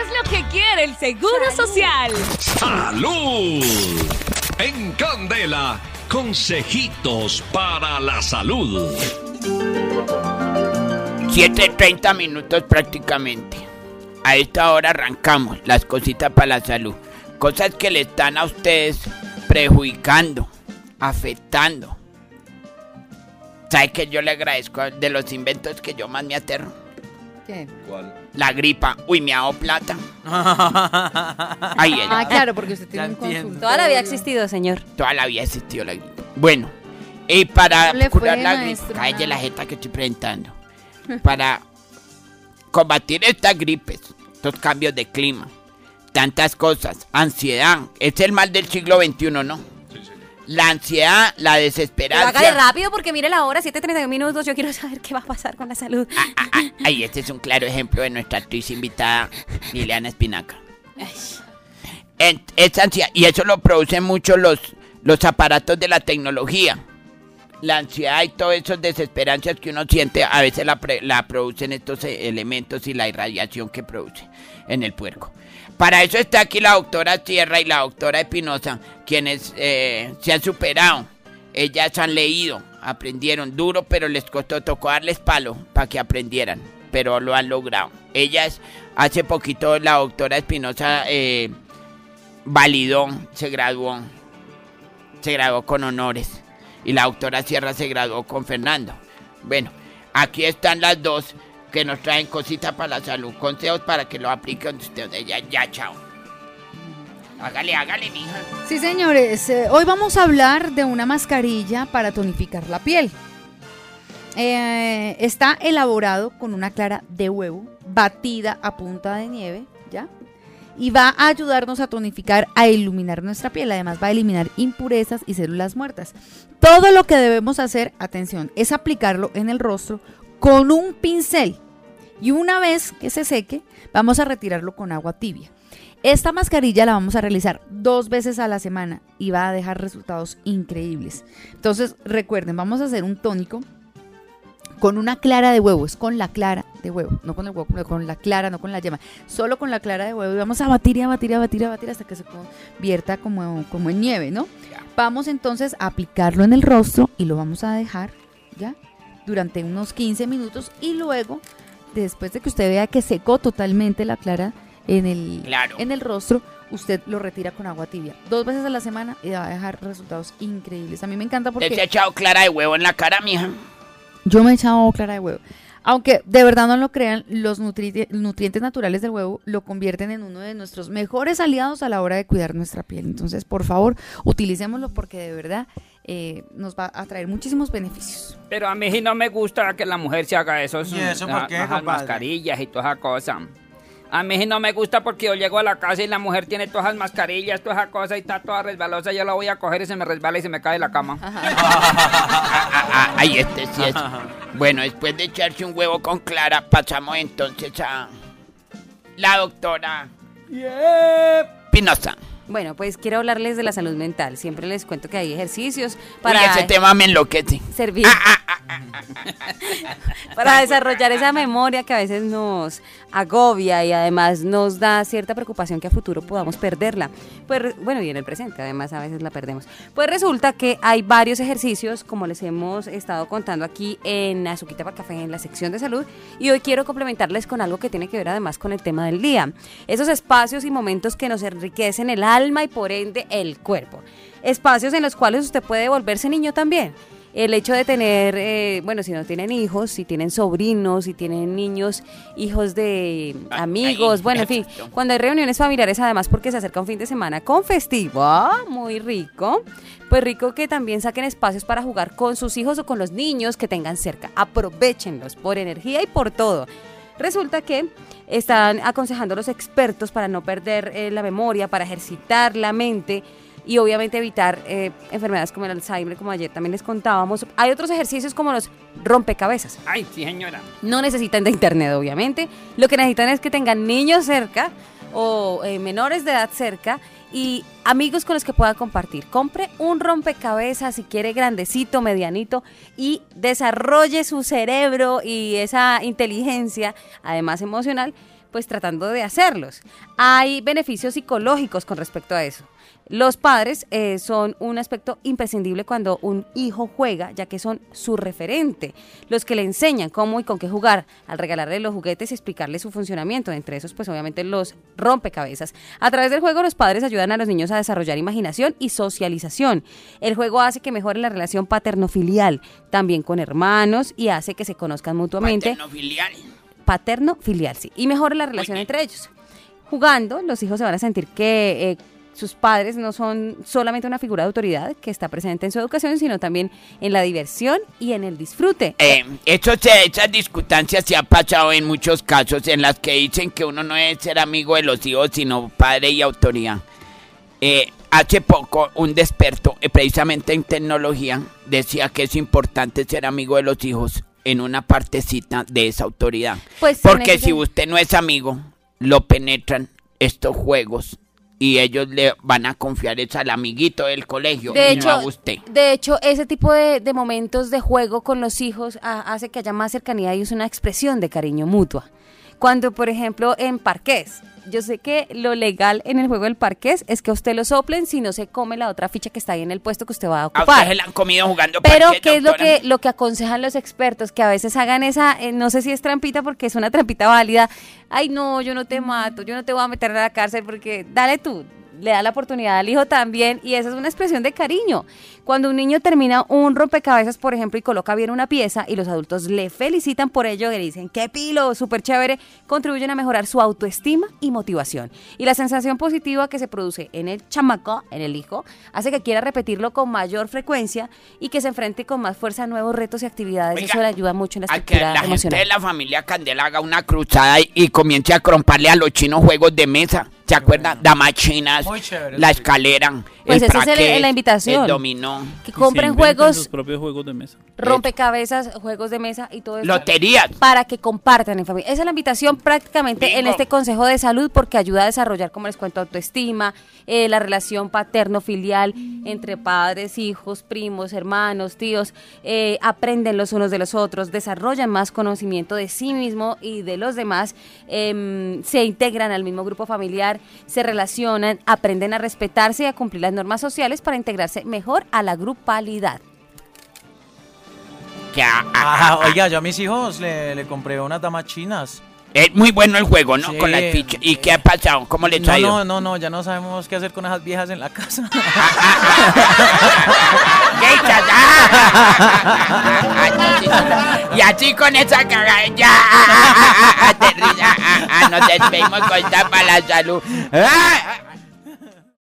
es lo que quiere el Seguro Social. ¡Salud! En Candela, consejitos para la salud. 7:30 minutos prácticamente. A esta hora arrancamos las cositas para la salud. Cosas que le están a ustedes perjudicando, afectando. ¿Sabe que yo le agradezco de los inventos que yo más me aterro? ¿Qué? ¿Cuál? La gripa. Uy, me ha dado plata. Ahí es. Ah, claro, porque usted tiene Ya un entiendo. consultorio. Toda la vida ha existido, señor. Toda la vida ha existido la gripa. Bueno, y para ¿Cómo le curar fue, la gripa, maestro? cállate la jeta que estoy presentando. Para combatir estas gripes, estos cambios de clima, tantas cosas, ansiedad, es el mal del siglo XXI, ¿no? Sí, sí. La ansiedad, la Pero desesperancia. hágale rápido porque mire la hora, 7:31 minutos. Yo quiero saber qué va a pasar con la salud. Ay, este es un claro ejemplo de nuestra actriz invitada, Liliana Espinaca. Esa ansiedad, y eso lo producen mucho los aparatos de la tecnología. La ansiedad y todas esas desesperancias que uno siente, a veces la producen estos elementos y la irradiación que produce en el puerco. Para eso está aquí la doctora Sierra y la doctora Espinosa, quienes se han superado. Ellas han leído, aprendieron duro, pero les tocó darles palo para que aprendieran, pero lo han logrado. Ellas, hace poquito la doctora Espinosa validó, se graduó con honores. Y la doctora Sierra se graduó con Fernando. Bueno, aquí están las dos que nos traen cositas para la salud, consejos para que lo apliquen ustedes. Ya, chao. Hágale, mija. Sí, señores, hoy vamos a hablar de una mascarilla para tonificar la piel. Está elaborado con una clara de huevo batida a punta de nieve, ¿ya? Y va a ayudarnos a tonificar, a iluminar nuestra piel. Además va a eliminar impurezas y células muertas. Todo lo que debemos hacer, atención, es aplicarlo en el rostro con un pincel. Y una vez que se seque, vamos a retirarlo con agua tibia. Esta mascarilla la vamos a realizar 2 veces a la semana y va a dejar resultados increíbles. Entonces, recuerden, vamos a hacer un tónico con una clara de huevo, es con la clara de huevo, no con el huevo, con la clara, no con la yema, solo con la clara de huevo, y vamos a batir hasta que se convierta como en nieve, ¿no? Vamos entonces a aplicarlo en el rostro y lo vamos a dejar, ¿ya? Durante unos 15 minutos y luego, después de que usted vea que secó totalmente la clara en el rostro, usted lo retira con agua tibia 2 veces a la semana y va a dejar resultados increíbles. A mí me encanta porque... ¿Te ha echado clara de huevo en la cara, mija? Yo me he echado clara de huevo. Aunque de verdad no lo crean, los nutrientes naturales del huevo lo convierten en uno de nuestros mejores aliados a la hora de cuidar nuestra piel. Entonces, por favor, utilicémoslo porque de verdad nos va a traer muchísimos beneficios. Pero a mí sí no me gusta que la mujer se haga eso. ¿Y eso por qué, esas compadre? mascarillas y toda esa cosa. A mí sí no me gusta porque yo llego a la casa y la mujer tiene todas las mascarillas, toda esa cosa y está toda resbalosa. Yo la voy a coger y se me resbala y se me cae de la cama. Ay, este sí es. Bueno, después de echarse un huevo con clara, pasamos entonces a la doctora Pinoza. Bueno, pues quiero hablarles de la salud mental. Siempre les cuento que hay ejercicios para Uy, ese tema me enloquece. servir para desarrollar esa memoria que a veces nos agobia y además nos da cierta preocupación que a futuro podamos perderla. Pues bueno, y en el presente además a veces la perdemos. Pues resulta que hay varios ejercicios, como les hemos estado contando aquí en Azuquita para Café en la sección de salud, y hoy quiero complementarles con algo que tiene que ver además con el tema del día. Esos espacios y momentos que nos enriquecen el alma y por ende el cuerpo. Espacios en los cuales usted puede volverse niño también. El hecho de tener, bueno, si no tienen hijos, si tienen sobrinos, si tienen niños, hijos de amigos, bueno, en fin, cuando hay reuniones familiares, además porque se acerca un fin de semana con festivo, muy rico, pues rico que también saquen espacios para jugar con sus hijos o con los niños que tengan cerca. Aprovéchenlos por energía y por todo. Resulta que están aconsejando a los expertos para no perder la memoria, para ejercitar la mente y obviamente evitar enfermedades como el Alzheimer, como ayer también les contábamos. Hay otros ejercicios como los rompecabezas. Ay, sí, señora. No necesitan de internet, obviamente. Lo que necesitan es que tengan niños cerca o menores de edad cerca y amigos con los que pueda compartir. Compre un rompecabezas si quiere grandecito, medianito, y desarrolle su cerebro y esa inteligencia, además emocional, pues tratando de hacerlos. Hay beneficios psicológicos con respecto a eso. Los padres son un aspecto imprescindible cuando un hijo juega, ya que son su referente, los que le enseñan cómo y con qué jugar, al regalarle los juguetes y explicarle su funcionamiento, entre esos pues obviamente los rompecabezas. A través del juego los padres ayudan a los niños a desarrollar imaginación y socialización. El juego hace que mejore la relación paterno-filial, también con hermanos, y hace que se conozcan mutuamente. Paterno-filial. Paterno-filial, sí, y mejore la relación entre ellos. Jugando, los hijos se van a sentir que sus padres no son solamente una figura de autoridad que está presente en su educación, sino también en la diversión y en el disfrute. Esas discutancias se ha pasado en muchos casos en las que dicen que uno no debe ser amigo de los hijos, sino padre y autoridad. Hace poco un experto, precisamente en tecnología, decía que es importante ser amigo de los hijos en una partecita de esa autoridad. Pues, porque si usted no es amigo, lo penetran estos juegos y ellos le van a confiar es al amiguito del colegio y no a usted. De hecho, ese tipo de momentos de juego con los hijos hace que haya más cercanía y es una expresión de cariño mutua. Cuando, por ejemplo, en parqués, yo sé que lo legal en el juego del parqués es que a usted lo soplen si no se come la otra ficha que está ahí en el puesto que usted va a ocupar. A usted se la han comido jugando Pero parqués, ¿qué doctora? es lo que aconsejan los expertos? Que a veces hagan esa, no sé si es trampita porque es una trampita válida. Ay, no, yo no te mato, yo no te voy a meter a la cárcel porque dale tú. Le da la oportunidad al hijo también y esa es una expresión de cariño. Cuando un niño termina un rompecabezas, por ejemplo, y coloca bien una pieza y los adultos le felicitan por ello, le dicen, qué pilo, súper chévere, contribuyen a mejorar su autoestima y motivación. Y la sensación positiva que se produce en el chamaco, en el hijo, hace que quiera repetirlo con mayor frecuencia y que se enfrente con más fuerza a nuevos retos y actividades. Oiga, Eso le ayuda mucho en la a que estructura la emocional. gente de la familia Candela haga una cruzada y comience a cromparle a los chinos juegos de mesa. ¿Se acuerdan? Damas chinas, Muy chévere, la sí. escalera, Pues el esa es praqués, la invitación. el dominó, Que compren Y se inventan juegos, sus propios juegos de mesa. rompecabezas, juegos de mesa y todo eso. loterías. Para que compartan en familia. Esa es la invitación prácticamente en Bingo. este consejo de salud porque ayuda a desarrollar, como les cuento, autoestima, la relación paterno-filial entre padres, hijos, primos, hermanos, tíos, aprenden los unos de los otros, desarrollan más conocimiento de sí mismo y de los demás, se integran al mismo grupo familiar, se relacionan, aprenden a respetarse y a cumplir las normas sociales para integrarse mejor a la grupalidad. Oiga, yo a mis hijos le compré unas damas chinas. Es muy bueno el juego, ¿no? Sí. Con las fichas. ¿Y qué ha pasado? ¿Cómo les ha ido? No, ya no sabemos qué hacer con esas viejas en la casa. Geitas, y así con esa cagada ya nos despedimos con esta para la salud.